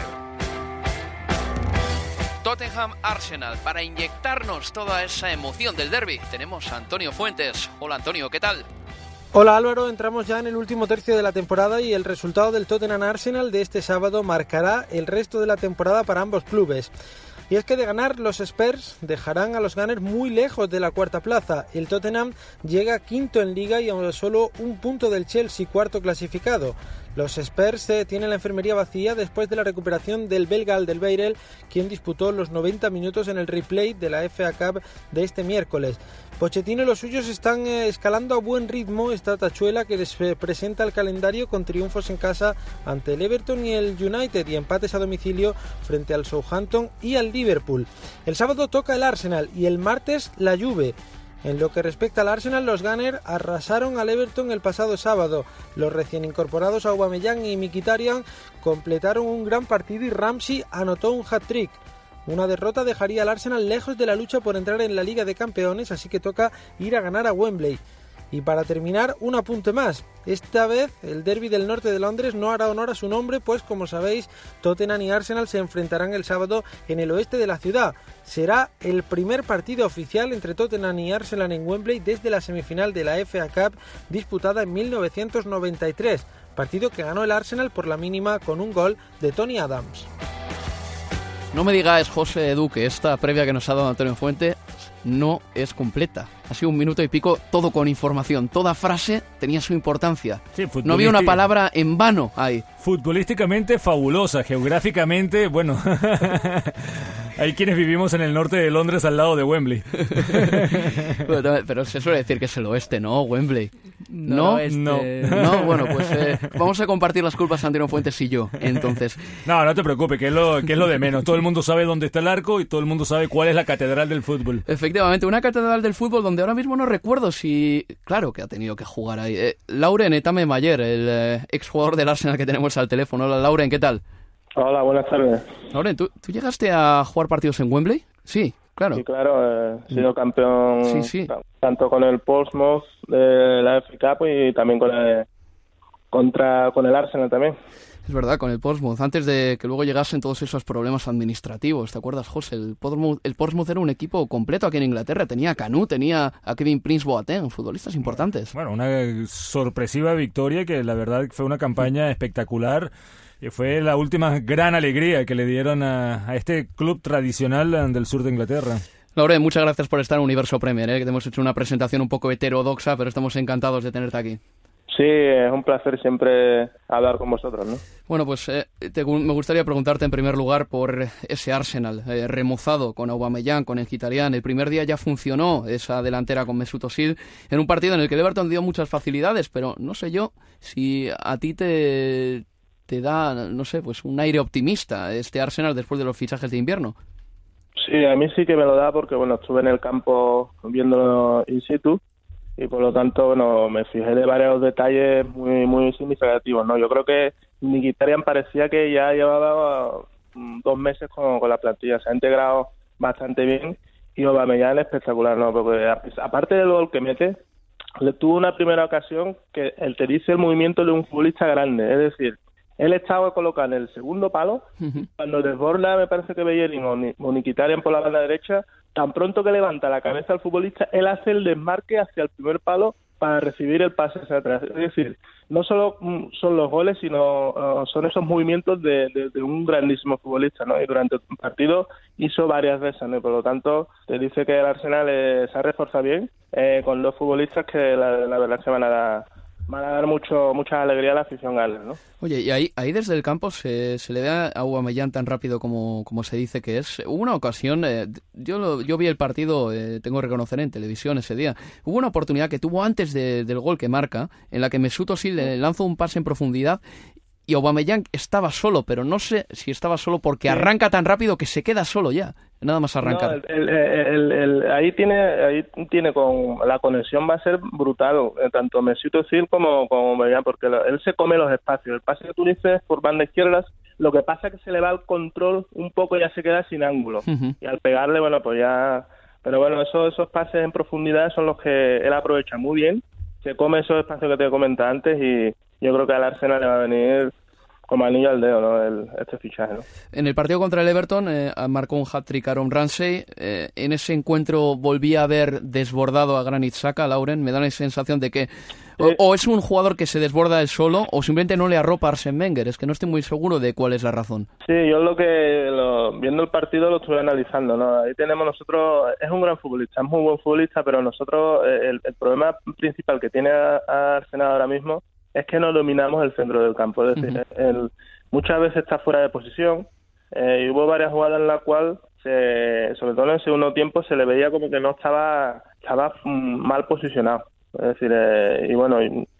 Tottenham-Arsenal, para inyectarnos toda esa emoción del derbi, tenemos a Antonio Fuentes. Hola Antonio, ¿qué tal? Hola Álvaro, entramos ya en el último tercio de la temporada y el resultado del Tottenham-Arsenal de este sábado marcará el resto de la temporada para ambos clubes. Y es que de ganar, los Spurs dejarán a los Gunners muy lejos de la cuarta plaza. El Tottenham llega quinto en Liga y a solo un punto del Chelsea, cuarto clasificado. Los Spurs tienen la enfermería vacía después de la recuperación del belga Alderweireld, quien disputó los 90 minutos en el replay de la FA Cup de este miércoles. Pochettino y los suyos están escalando a buen ritmo esta tachuela que les presenta el calendario con triunfos en casa ante el Everton y el United y empates a domicilio frente al Southampton y al Liverpool. El sábado toca el Arsenal y el martes la Juve. En lo que respecta al Arsenal, los Gunners arrasaron al Everton el pasado sábado. Los recién incorporados Aubameyang y Mkhitaryan completaron un gran partido y Ramsey anotó un hat-trick. Una derrota dejaría al Arsenal lejos de la lucha por entrar en la Liga de Campeones, así que toca ir a ganar a Wembley. Y para terminar, un apunte más. Esta vez el derbi del norte de Londres no hará honor a su nombre, pues como sabéis, Tottenham y Arsenal se enfrentarán el sábado en el oeste de la ciudad. Será el primer partido oficial entre Tottenham y Arsenal en Wembley desde la semifinal de la FA Cup disputada en 1993, partido que ganó el Arsenal por la mínima con un gol de Tony Adams. No me digáis, José Duque, esta previa que nos ha dado Antonio Fuente no es completa. Ha sido un minuto y pico, todo con información. Toda frase tenía su importancia. Sí, no había una palabra en vano ahí. Futbolísticamente fabulosa, geográficamente, bueno, hay quienes vivimos en el norte de Londres al lado de Wembley. Pero se suele decir que es el oeste, ¿no? Wembley. No. No, bueno, pues vamos a compartir las culpas Antonio Fuentes y yo, entonces. No te preocupes, que es lo de menos. Todo el mundo sabe dónde está el arco y todo el mundo sabe cuál es la catedral del fútbol. Efectivamente, una catedral del fútbol donde ahora mismo no recuerdo si... Claro que ha tenido que jugar ahí. Lauren Etame Mayer, el exjugador del Arsenal que tenemos al teléfono. Hola, Lauren, ¿qué tal? Hola, buenas tardes. Lauren, ¿tú llegaste a jugar partidos en Wembley? Sí, claro. Sí, claro, he sido campeón sí. Tanto con el Portsmouth de la FA Cup y también con el Arsenal también. Es verdad, con el Portsmouth, antes de que luego llegasen todos esos problemas administrativos, ¿te acuerdas, José? El Portsmouth era un equipo completo aquí en Inglaterra, tenía a Canu, tenía a Kevin Prince-Boateng, futbolistas importantes. Bueno, una sorpresiva victoria que la verdad fue una campaña espectacular. Fue la última gran alegría que le dieron a este club tradicional del sur de Inglaterra. Lauren, muchas gracias por estar en Universo Premier, que te hemos hecho una presentación un poco heterodoxa, pero estamos encantados de tenerte aquí. Sí, es un placer siempre hablar con vosotros, ¿no? Bueno, pues me gustaría preguntarte en primer lugar por ese Arsenal remozado con Aubameyang, con Mkhitaryan. El primer día ya funcionó esa delantera con Mesut Özil en un partido en el que el Everton dio muchas facilidades, pero no sé yo si a ti te da, no sé, pues un aire optimista este Arsenal después de los fichajes de invierno. Sí, a mí sí que me lo da porque, bueno, estuve en el campo viéndolo in situ y por lo tanto, bueno, me fijé de varios detalles muy significativos, ¿no? Yo creo que Mkhitaryan parecía que ya llevaba 2 meses con la plantilla, se ha integrado bastante bien y Aubameyang es espectacular, ¿no? Porque aparte del gol que mete, tuvo una primera ocasión que él te dice el movimiento de un futbolista grande, es decir, él estaba colocado en el segundo palo, cuando desborda, me parece que Bellerín o Mkhitaryan por la banda derecha, tan pronto que levanta la cabeza al futbolista, él hace el desmarque hacia el primer palo para recibir el pase hacia atrás. Es decir, no solo son los goles, sino son esos movimientos de un grandísimo futbolista, ¿no? Y durante el partido hizo varias veces, ¿no? Y por lo tanto, te dice que el Arsenal se ha reforzado bien con 2 futbolistas que la verdad es que van a dar mucha alegría a la afición gales, ¿no? Oye, y ahí desde el campo se le ve a Aubameyang tan rápido como se dice que es. Hubo una ocasión, yo vi el partido, tengo que reconocer, en televisión ese día. Hubo una oportunidad que tuvo antes del gol que marca, en la que Mesut Özil le lanzó un pase en profundidad y Aubameyang estaba solo, pero no sé si estaba solo porque arranca tan rápido que se queda solo ya, nada más arrancar. No, ahí tiene con la conexión va a ser brutal, tanto Mesut Özil como Aubameyang, porque él se come los espacios. El pase que tú dices por banda izquierda, lo que pasa es que se le va el control un poco y ya se queda sin ángulo. Y al pegarle, bueno, pues ya... Pero bueno, esos pases en profundidad son los que él aprovecha muy bien, se come esos espacios que te comenté antes y yo creo que al Arsenal le va a venir como anillo al dedo, ¿no? Este fichaje, ¿no? En el partido contra el Everton marcó un hat-trick Aaron Ramsey. En ese encuentro volví a ver desbordado a Granit Xhaka, Lauren. Me da la sensación de que o es un jugador que se desborda él solo o simplemente no le arropa a Arsène Wenger. Es que no estoy muy seguro de cuál es la razón. Sí, yo viendo el partido lo estuve analizando, ¿no? Ahí tenemos nosotros, es un gran futbolista, es muy buen futbolista, pero nosotros el problema principal que tiene a Arsenal ahora mismo es que no dominamos el centro del campo, es decir, muchas veces está fuera de posición y hubo varias jugadas en las cuales, sobre todo en el segundo tiempo, se le veía como que no estaba mal posicionado, es decir, y bueno,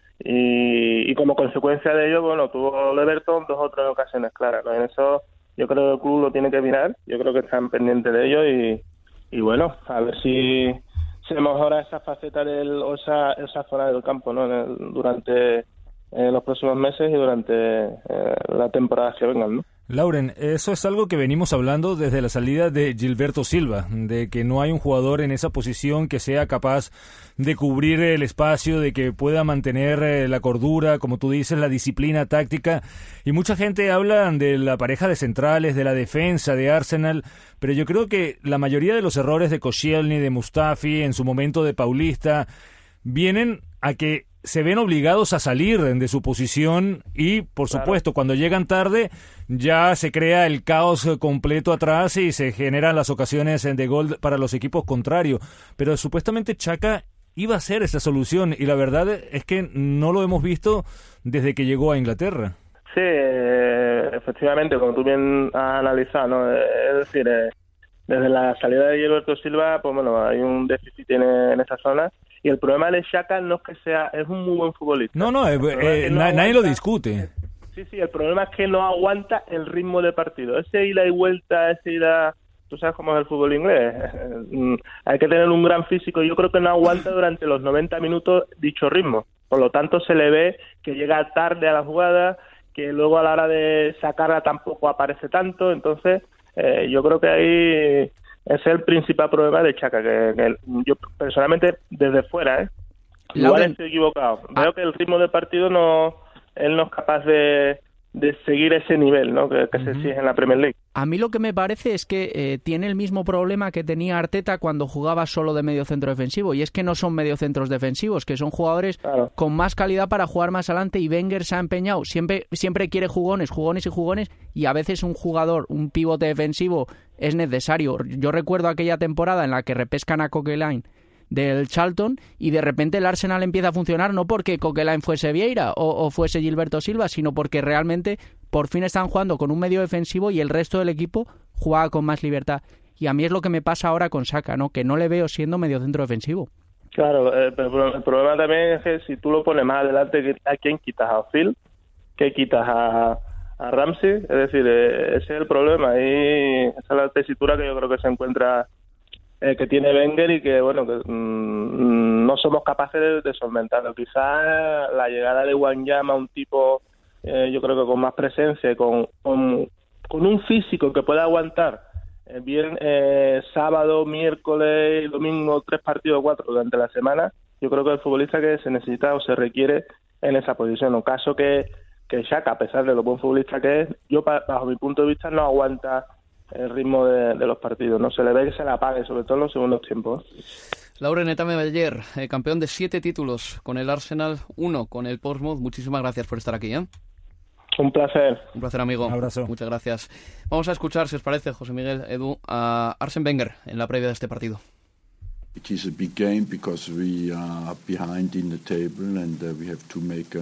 y como consecuencia de ello, bueno, tuvo el Everton 2 o 3 ocasiones claras, ¿no? En eso yo creo que el club lo tiene que mirar, yo creo que están pendientes de ello y bueno, a ver si se mejora esa faceta esa zona del campo, ¿no? Durante los próximos meses y durante la temporada que vengan, ¿no? Lauren, eso es algo que venimos hablando desde la salida de Gilberto Silva, de que no hay un jugador en esa posición que sea capaz de cubrir el espacio, de que pueda mantener la cordura, como tú dices, la disciplina táctica. Y mucha gente habla de la pareja de centrales, de la defensa de Arsenal, pero yo creo que la mayoría de los errores de Koscielny, de Mustafi, en su momento de Paulista, vienen a que se ven obligados a salir de su posición y, por supuesto, cuando llegan tarde ya se crea el caos completo atrás y se generan las ocasiones de gol para los equipos contrarios. Pero supuestamente Xhaka iba a ser esa solución y la verdad es que no lo hemos visto desde que llegó a Inglaterra. Sí, efectivamente, como tú bien has analizado, ¿no? Es decir, desde la salida de Gilberto Silva, pues bueno, hay un déficit en esa zona. Y el problema de Xhaka no es que es un muy buen futbolista. Nadie lo discute. Sí, el problema es que no aguanta el ritmo de partido. Ese ida y vuelta, tú sabes cómo es el fútbol inglés. Hay que tener un gran físico. Yo creo que no aguanta durante los 90 minutos dicho ritmo. Por lo tanto, se le ve que llega tarde a la jugada, que luego a la hora de sacarla tampoco aparece tanto. Entonces, yo creo que ahí ese es el principal problema de Xhaka, que yo personalmente desde fuera, igual estoy equivocado. Veo que el ritmo del partido él no es capaz de seguir ese nivel, ¿no? que se exige en la Premier League. A mí lo que me parece es que tiene el mismo problema que tenía Arteta cuando jugaba solo de medio centro defensivo, y es que no son mediocentros defensivos, que son jugadores con más calidad para jugar más adelante, y Wenger se ha empeñado, siempre quiere jugones, y a veces un jugador, un pivote defensivo es necesario. Yo recuerdo aquella temporada en la que repescan a Coquelin del Charlton, y de repente el Arsenal empieza a funcionar no porque Coquelin fuese Vieira o fuese Gilberto Silva, sino porque realmente por fin están jugando con un medio defensivo y el resto del equipo juega con más libertad. Y a mí es lo que me pasa ahora con Saka, ¿no? Que no le veo siendo medio centro defensivo. Claro, pero el problema también es que si tú lo pones más adelante, ¿a quién quitas? ¿A Phil? ¿Qué quitas? ¿A Ramsey? Es decir, ese es el problema. Y esa es la tesitura que yo creo que se encuentra, que tiene Wenger, y que, bueno, que no somos capaces de solventarlo. Quizás la llegada de Wanyama, un tipo, yo creo que con más presencia, con un físico que pueda aguantar bien sábado, miércoles y domingo, 3 partidos, 4 durante la semana, yo creo que el futbolista que se necesita o se requiere en esa posición. O caso que Xhaka, a pesar de lo buen futbolista que es, yo bajo mi punto de vista no aguanta el ritmo de los partidos, no se le ve que se la apague, sobre todo en los segundos tiempos. Lauren Etame-Bayer, campeón de 7 títulos con el Arsenal, 1 con el Portsmouth. Muchísimas gracias por estar aquí, ¿eh? Un placer. Un placer, amigo. Un abrazo. Muchas gracias. Vamos a escuchar, si os parece, José Miguel, Edu, a Arsène Wenger en la previa de este partido. It is a big game because we are behind in the table and we have to make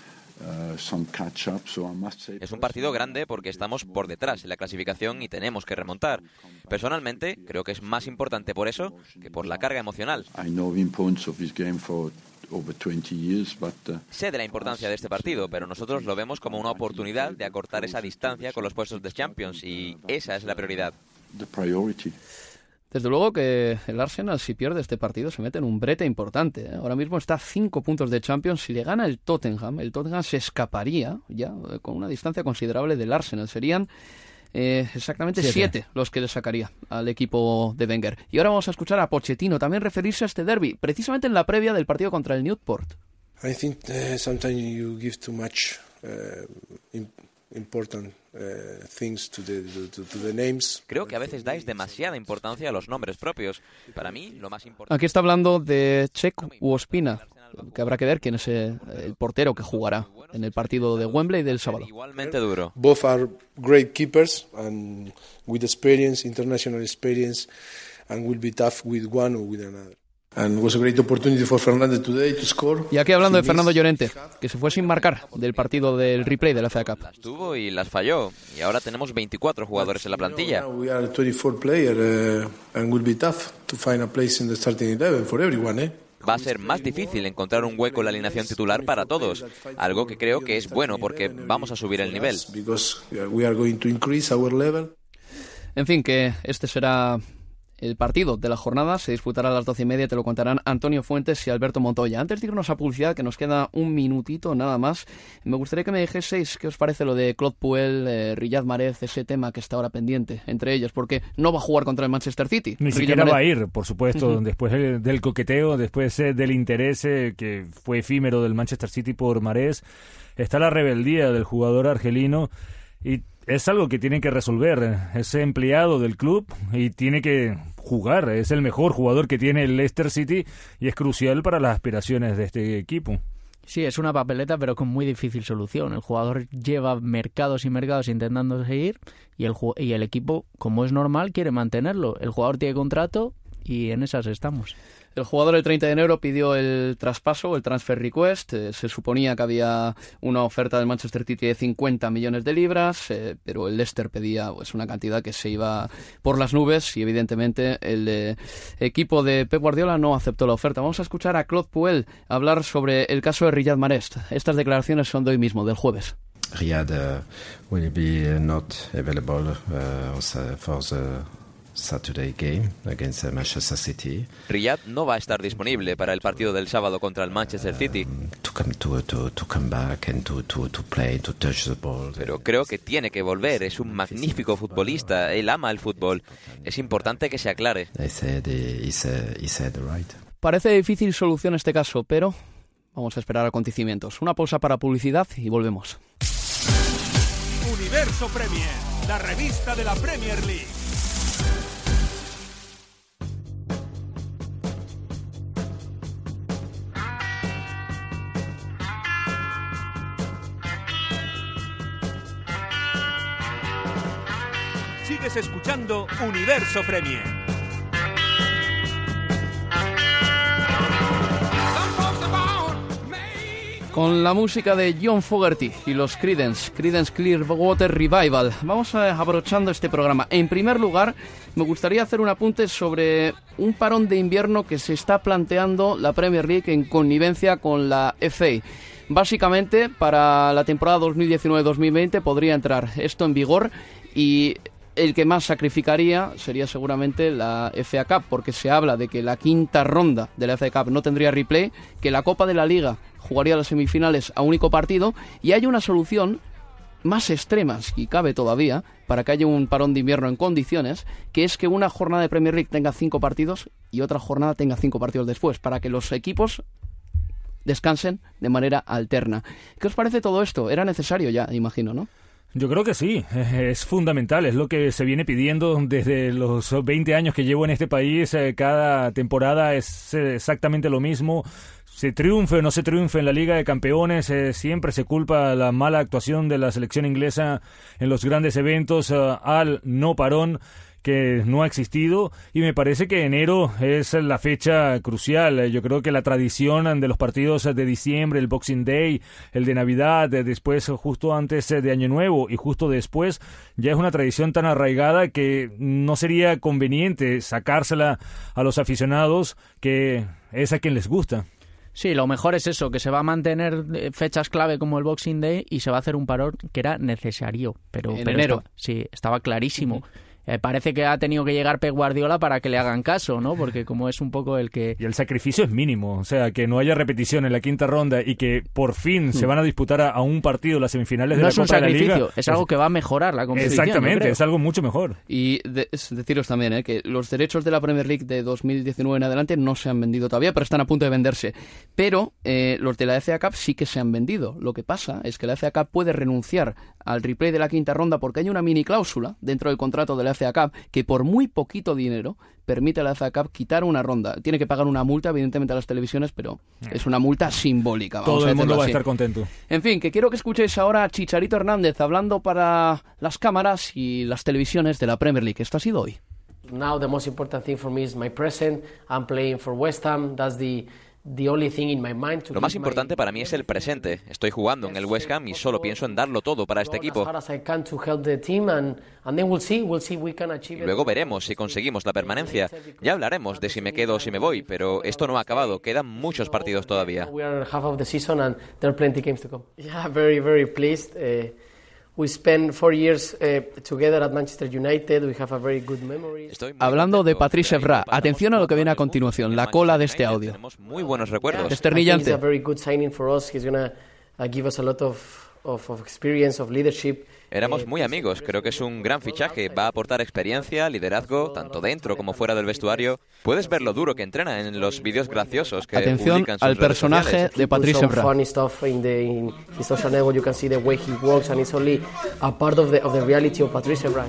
some catch up. So I must say, es un partido grande porque estamos por detrás en la clasificación y tenemos que remontar. Personalmente, creo que es más importante por eso que por la carga emocional. I know the importance of this game for over 20 years, but, sé de la importancia de este partido, pero nosotros lo vemos como una oportunidad de acortar esa distancia con los puestos de Champions, y esa es la prioridad. The priority. Desde luego que el Arsenal, si pierde este partido, se mete en un brete importante, ¿eh? Ahora mismo está a 5 puntos de Champions. Si le gana el Tottenham se escaparía ya con una distancia considerable del Arsenal. Serían exactamente 7 los que le sacaría al equipo de Wenger. Y ahora vamos a escuchar a Pochettino también referirse a este derbi, precisamente en la previa del partido contra el Newport. I think sometimes you give too much important things to the names. Creo que a veces dais demasiada importancia a los nombres propios. Para mí, lo más importante... Aquí está hablando de Cech u Ospina, que habrá que ver quién es el portero que jugará en el partido de Wembley del sábado. Igualmente duro. Both are great keepers and with experience, international experience, and will be tough with one or with another. And was a great opportunity for Fernández today to score. Y aquí hablando de Fernando Llorente, que se fue sin marcar del partido del replay de la FA Cup. Las tuvo y las falló, y ahora tenemos 24 jugadores en la plantilla. We are 24 players and will be tough to find a place in the starting 11 for everyone, Va a ser más difícil encontrar un hueco en la alineación titular para todos, algo que creo que es bueno porque vamos a subir el nivel. En fin, que este será el partido de la jornada, se disputará a las 12:30, te lo contarán Antonio Fuentes y Alberto Montoya. Antes de irnos a publicidad, que nos queda un minutito nada más, me gustaría que me dijeseis qué os parece lo de Claude Puel, Riyad Mahrez, ese tema que está ahora pendiente entre ellos, porque no va a jugar contra el Manchester City. Ni siquiera va a ir, por supuesto, después del coqueteo, después del interés que fue efímero del Manchester City por Mahrez, está la rebeldía del jugador argelino y es algo que tiene que resolver. Es empleado del club y tiene que jugar. Es el mejor jugador que tiene el Leicester City y es crucial para las aspiraciones de este equipo. Sí, es una papeleta, pero con muy difícil solución. El jugador lleva mercados y mercados intentando seguir y el equipo, como es normal, quiere mantenerlo. El jugador tiene contrato y en esas estamos. El jugador el 30 de enero pidió el traspaso, el transfer request. Se suponía que había una oferta del Manchester City de 50 millones de libras, pero el Leicester pedía pues una cantidad que se iba por las nubes y evidentemente el equipo de Pep Guardiola no aceptó la oferta. Vamos a escuchar a Claude Puel hablar sobre el caso de Riyad Mahrez. Estas declaraciones son de hoy mismo, del jueves. Riyad will be not available for the Saturday game against Manchester City. Riyad no va a estar disponible para el partido del sábado contra el Manchester City. Pero creo que tiene que volver. Es un magnífico futbolista. Él ama el fútbol. Es importante que se aclare. Parece difícil solución este caso, pero vamos a esperar acontecimientos. Una pausa para publicidad y volvemos. Universo Premier, la revista de la Premier League. Sigues escuchando Universo Premier. Con la música de John Fogerty y los Creedence Clearwater Revival. Vamos abrochando este programa. En primer lugar, me gustaría hacer un apunte sobre un parón de invierno que se está planteando la Premier League en connivencia con la FA. Básicamente, para la temporada 2019-2020 podría entrar esto en vigor y el que más sacrificaría sería seguramente la FA Cup, porque se habla de que la quinta ronda de la FA Cup no tendría replay, que la Copa de la Liga jugaría las semifinales a único partido, y hay una solución más extrema, si cabe todavía, para que haya un parón de invierno en condiciones, que es que una jornada de Premier League tenga 5 partidos y otra jornada tenga 5 partidos después, para que los equipos descansen de manera alterna. ¿Qué os parece todo esto? Era necesario ya, imagino, ¿no? Yo creo que sí, es fundamental, es lo que se viene pidiendo desde los 20 años que llevo en este país. Cada temporada es exactamente lo mismo. Se triunfe o no se triunfe en la Liga de Campeones, siempre se culpa la mala actuación de la selección inglesa en los grandes eventos al no parón que no ha existido, y me parece que enero es la fecha crucial. Yo creo que la tradición de los partidos de diciembre, el Boxing Day, el de Navidad, después justo antes de Año Nuevo y justo después, ya es una tradición tan arraigada que no sería conveniente sacársela a los aficionados, que es a quien les gusta. Sí, lo mejor es eso, que se va a mantener fechas clave como el Boxing Day y se va a hacer un parón que era necesario. Pero enero. Sí, estaba clarísimo. Parece que ha tenido que llegar Pep Guardiola para que le hagan caso, ¿no? Porque como es un poco el que... Y el sacrificio es mínimo, o sea, que no haya repetición en la quinta ronda y que por fin se van a disputar a un partido las semifinales de la Copa de la Liga. No es un sacrificio, es algo que va a mejorar la competición. Exactamente, es algo mucho mejor. Y deciros también que los derechos de la Premier League de 2019 en adelante no se han vendido todavía, pero están a punto de venderse. Pero los de la FA Cup sí que se han vendido. Lo que pasa es que la FA Cup puede renunciar al replay de la quinta ronda porque hay una mini cláusula dentro del contrato de la FA Cup que por muy poquito dinero permite a la FA Cup quitar una ronda. Tiene que pagar una multa, evidentemente, a las televisiones, pero es una multa simbólica. Todo el mundo va a estar contento. En fin, que quiero que escuchéis ahora a Chicharito Hernández hablando para las cámaras y las televisiones de la Premier League. Esto ha sido hoy. Now the most important thing for me is my present. I'm playing for West Ham. That's the only thing in my mind. Lo más importante para mí es el presente. Estoy jugando en el West Ham y solo pienso en darlo todo para este equipo. Y luego veremos si conseguimos la permanencia. Ya hablaremos de si me quedo o si me voy, pero esto no ha acabado. Quedan muchos partidos todavía. We spent 4 years together at Manchester United. We have a very good memory. Hablando de Patrice Evra, atención a lo que viene a continuación, la cola de este audio. Tenemos muy buenos recuerdos. Desternillante. It's a very good signing for us. He's going to give us a lot of experience, of leadership. Éramos muy amigos, creo que es un gran fichaje, va a aportar experiencia, liderazgo, tanto dentro como fuera del vestuario. Puedes ver lo duro que entrena en los vídeos graciosos que atención publican sus al personaje de Patrice Evra. Funny stuff in social network, you can see the way he walks and it's only a part of the reality of Patrice Evra.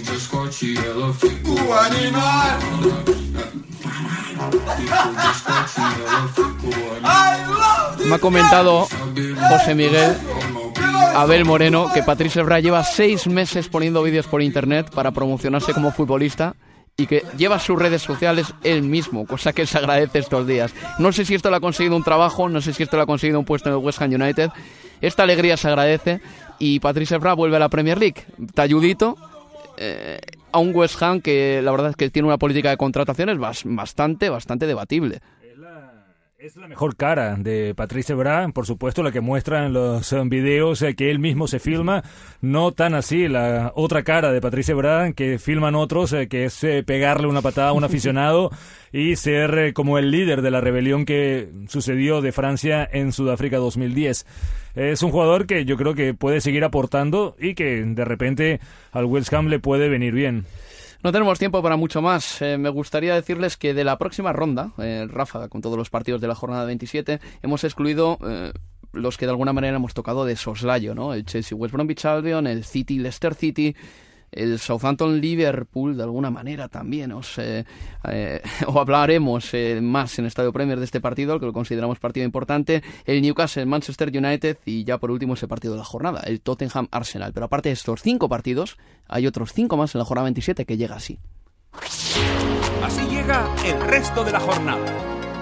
Me ha comentado José Miguel Abel Moreno que Patrice Evra lleva 6 meses poniendo vídeos por internet para promocionarse como futbolista y que lleva sus redes sociales él mismo, cosa que se agradece estos días. No sé si esto le ha conseguido un trabajo, no sé si esto le ha conseguido un puesto en el West Ham United. Esta alegría se agradece y Patrice Evra vuelve a la Premier League, talludito, a un West Ham que la verdad es que tiene una política de contrataciones bastante debatible. Es la mejor cara de Patrice Evra, por supuesto, la que muestra en los videos que él mismo se filma, no tan así la otra cara de Patrice Evra que filman otros, que es pegarle una patada a un aficionado y ser como el líder de la rebelión que sucedió de Francia en Sudáfrica 2010. Es un jugador que yo creo que puede seguir aportando y que de repente al West Ham le puede venir bien. No tenemos tiempo para mucho más. Me gustaría decirles que de la próxima ronda, Rafa, con todos los partidos de la jornada 27, hemos excluido los que de alguna manera hemos tocado de soslayo, ¿no? El Chelsea West Bromwich Albion, el City Leicester City, el Southampton Liverpool, de alguna manera también o hablaremos más en Estadio Premier de este partido, que lo consideramos partido importante, el Newcastle Manchester United y ya por último ese partido de la jornada, el Tottenham Arsenal. Pero aparte de estos 5 partidos, hay otros 5 más en la jornada 27 que llega así. Así llega el resto de la jornada.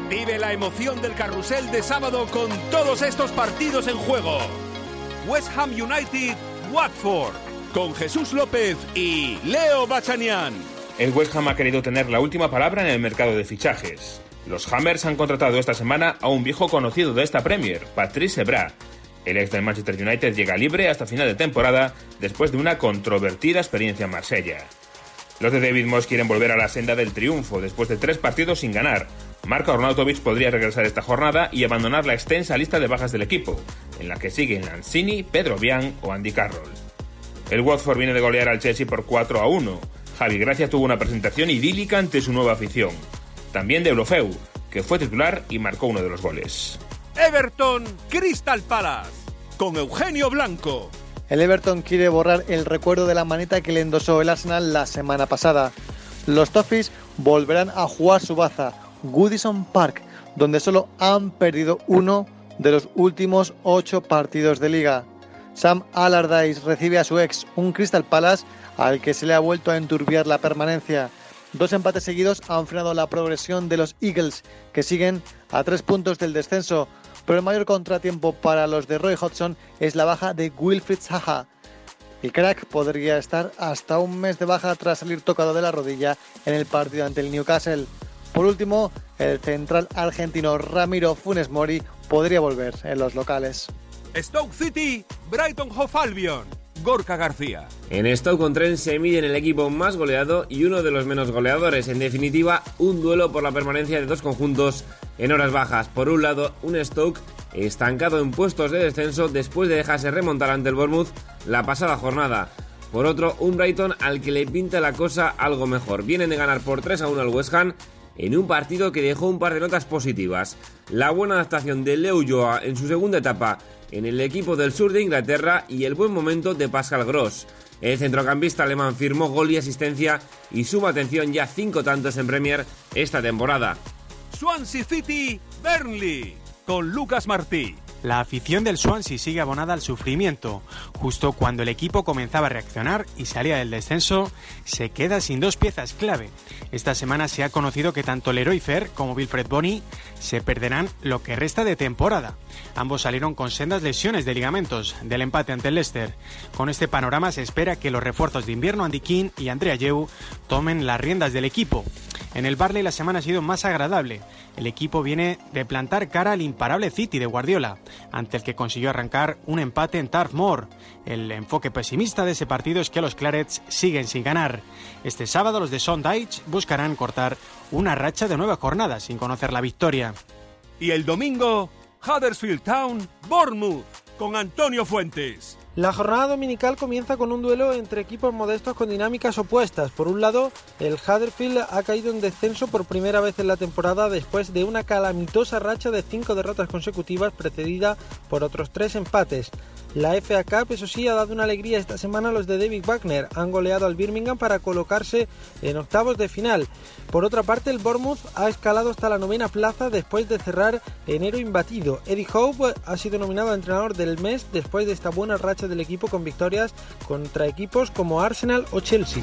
Vive la emoción del carrusel de sábado con todos estos partidos en juego. West Ham United, Watford, con Jesús López y Leo Bachanian. El West Ham ha querido tener la última palabra en el mercado de fichajes. Los Hammers han contratado esta semana a un viejo conocido de esta Premier, Patrice Evra. El ex del Manchester United llega libre hasta final de temporada después de una controvertida experiencia en Marsella. Los de David Moyes quieren volver a la senda del triunfo después de 3 partidos sin ganar. Marko Arnautovic podría regresar esta jornada y abandonar la extensa lista de bajas del equipo, en la que siguen Lanzini, Pedro Vian o Andy Carroll. El Watford viene de golear al Chelsea por 4-1. Javi Gracia tuvo una presentación idílica ante su nueva afición. También de Deulofeu, que fue titular y marcó uno de los goles. Everton, Crystal Palace, con Eugenio Blanco. El Everton quiere borrar el recuerdo de la manita que le endosó el Arsenal la semana pasada. Los Toffees volverán a jugar su baza, Goodison Park, donde solo han perdido uno de los últimos 8 partidos de liga. Sam Allardyce recibe a su ex, un Crystal Palace al que se le ha vuelto a enturbiar la permanencia. 2 empates seguidos han frenado la progresión de los Eagles, que siguen a 3 puntos del descenso. Pero el mayor contratiempo para los de Roy Hodgson es la baja de Wilfried Zaha. El crack podría estar hasta un mes de baja tras salir tocado de la rodilla en el partido ante el Newcastle. Por último, el central argentino Ramiro Funes Mori podría volver en los locales. Stoke City, Brighton Hove Albion, Gorka García. En Stoke-on-Trent se miden el equipo más goleado y uno de los menos goleadores. En definitiva, un duelo por la permanencia de 2 conjuntos en horas bajas. Por un lado, un Stoke estancado en puestos de descenso después de dejarse remontar ante el Bournemouth la pasada jornada. Por otro, un Brighton al que le pinta la cosa algo mejor. Vienen de ganar por 3-1 al West Ham en un partido que dejó un par de notas positivas. La buena adaptación de Leo Ulloa en su segunda etapa en el equipo del sur de Inglaterra y el buen momento de Pascal Gross. El centrocampista alemán firmó gol y asistencia y suma atención ya 5 tantos en Premier esta temporada. Swansea City, Burnley, con Lucas Martí. La afición del Swansea sigue abonada al sufrimiento. Justo cuando el equipo comenzaba a reaccionar y salía del descenso, se queda sin 2 piezas clave. Esta semana se ha conocido que tanto Leroy Fer como Wilfred Bony se perderán lo que resta de temporada. Ambos salieron con sendas lesiones de ligamentos del empate ante el Leicester. Con este panorama se espera que los refuerzos de invierno Andy King y Andrea Yeu tomen las riendas del equipo. En el Burnley la semana ha sido más agradable. El equipo viene de plantar cara al imparable City de Guardiola, ante el que consiguió arrancar un empate en Turf Moor. El enfoque pesimista de ese partido es que los Clarets siguen sin ganar. Este sábado los de Sondage buscarán cortar una racha de 9 jornadas sin conocer la victoria. Y el domingo, Huddersfield Town, Bournemouth, con Antonio Fuentes. La jornada dominical comienza con un duelo entre equipos modestos con dinámicas opuestas. Por un lado, el Huddersfield ha caído en descenso por primera vez en la temporada después de una calamitosa racha de 5 derrotas consecutivas precedida por otros 3 empates. La FA Cup, eso sí, ha dado una alegría esta semana a los de David Wagner. Han goleado al Birmingham para colocarse en octavos de final. Por otra parte, el Bournemouth ha escalado hasta la 9ª plaza después de cerrar enero imbatido. Eddie Howe ha sido nominado a entrenador del mes después de esta buena racha del equipo con victorias contra equipos como Arsenal o Chelsea.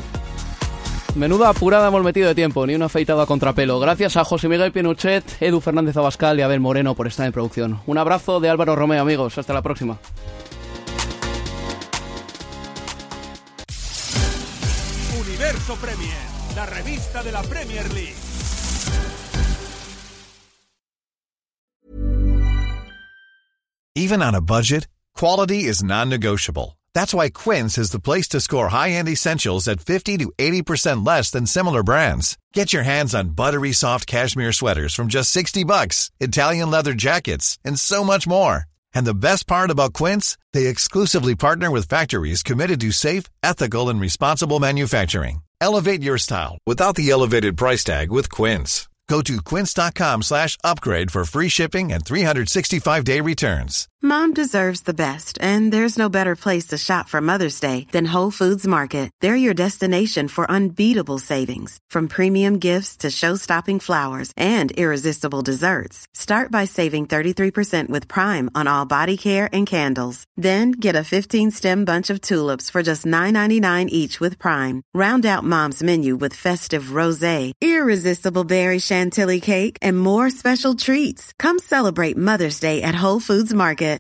Menuda apurada hemos metido de tiempo, ni una afeitada a contrapelo. Gracias a José Miguel Pinochet, Edu Fernández Abascal y Abel Moreno por estar en producción. Un abrazo de Álvaro Romeo, amigos. Hasta la próxima. Universo Premier, la revista de la Premier League. Even on a budget, quality is non-negotiable. That's why Quince is the place to score high-end essentials at 50 to 80% less than similar brands. Get your hands on buttery soft cashmere sweaters from just $60, Italian leather jackets, and so much more. And the best part about Quince, they exclusively partner with factories committed to safe, ethical, and responsible manufacturing. Elevate your style without the elevated price tag with Quince. Go to quince.com/upgrade for free shipping and 365-day returns. Mom deserves the best, and there's no better place to shop for Mother's Day than Whole Foods Market. They're your destination for unbeatable savings, from premium gifts to show-stopping flowers and irresistible desserts. Start by saving 33% with Prime on all body care and candles. Then get a 15-stem bunch of tulips for just $9.99 each with Prime. Round out Mom's menu with festive rosé, irresistible berry chantilly cake, and more special treats. Come celebrate Mother's Day at Whole Foods Market.